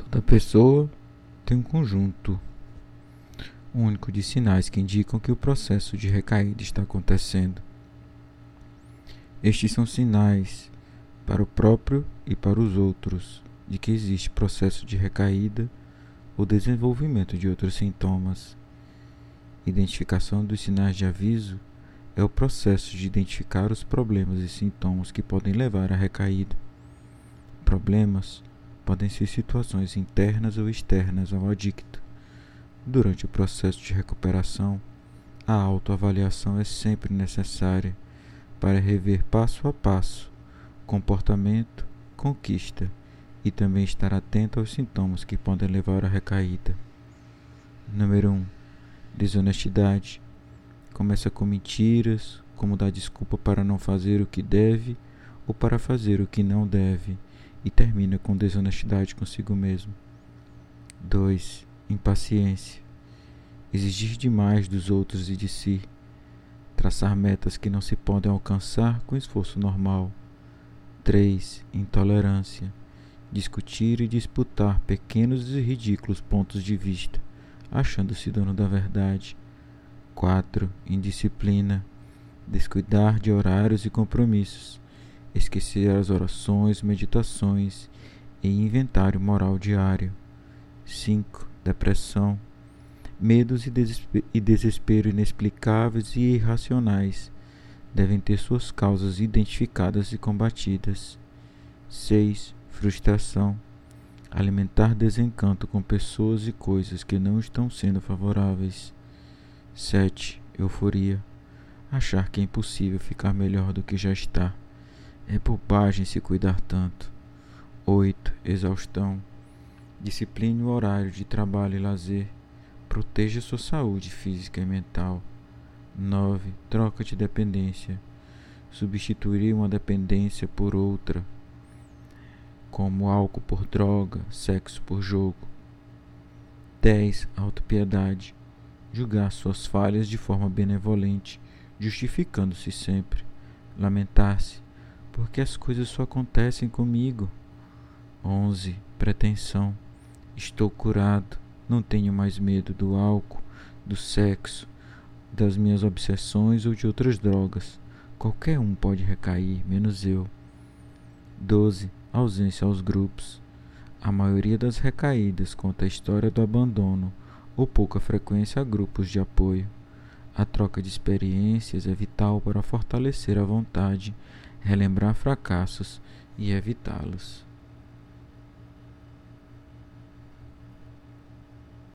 Cada pessoa tem um conjunto único de sinais que indicam que o processo de recaída está acontecendo. Estes são sinais para o próprio e para os outros de que existe processo de recaída ou desenvolvimento de outros sintomas. Identificação dos sinais de aviso é o processo de identificar os problemas e sintomas que podem levar à recaída. Problemas podem ser situações internas ou externas ao adicto. Durante o processo de recuperação, a autoavaliação é sempre necessária para rever passo a passo comportamento, conquista e também estar atento aos sintomas que podem levar à recaída. Número 1. Desonestidade. Começa com mentiras, como dar desculpa para não fazer o que deve ou para fazer o que não deve, e termina com desonestidade consigo mesmo. 2. Impaciência. Exigir demais dos outros e de si. Traçar metas que não se podem alcançar com esforço normal. 3. Intolerância. Discutir e disputar pequenos e ridículos pontos de vista, achando-se dono da verdade. 4. Indisciplina. Descuidar de horários e compromissos. Esquecer as orações, meditações e inventário moral diário. 5. Depressão. Medos e desespero inexplicáveis e irracionais devem ter suas causas identificadas e combatidas. 6. Frustração. Alimentar desencanto com pessoas e coisas que não estão sendo favoráveis. 7. Euforia. Achar que é impossível ficar melhor do que já está. É bobagem se cuidar tanto. 8. Exaustão. Discipline o horário de trabalho e lazer. Proteja sua saúde física e mental. 9. Troca de dependência. Substituir uma dependência por outra, como álcool por droga, sexo por jogo. 10. Autopiedade. Julgar suas falhas de forma benevolente, justificando-se sempre. Lamentar-se, porque as coisas só acontecem comigo. 11. Pretensão. Estou curado, não tenho mais medo do álcool, do sexo, das minhas obsessões ou de outras drogas. Qualquer um pode recair, menos eu. 12. Ausência aos grupos. A maioria das recaídas conta a história do abandono ou pouca frequência a grupos de apoio. A troca de experiências é vital para fortalecer a vontade, relembrar fracassos e evitá-los.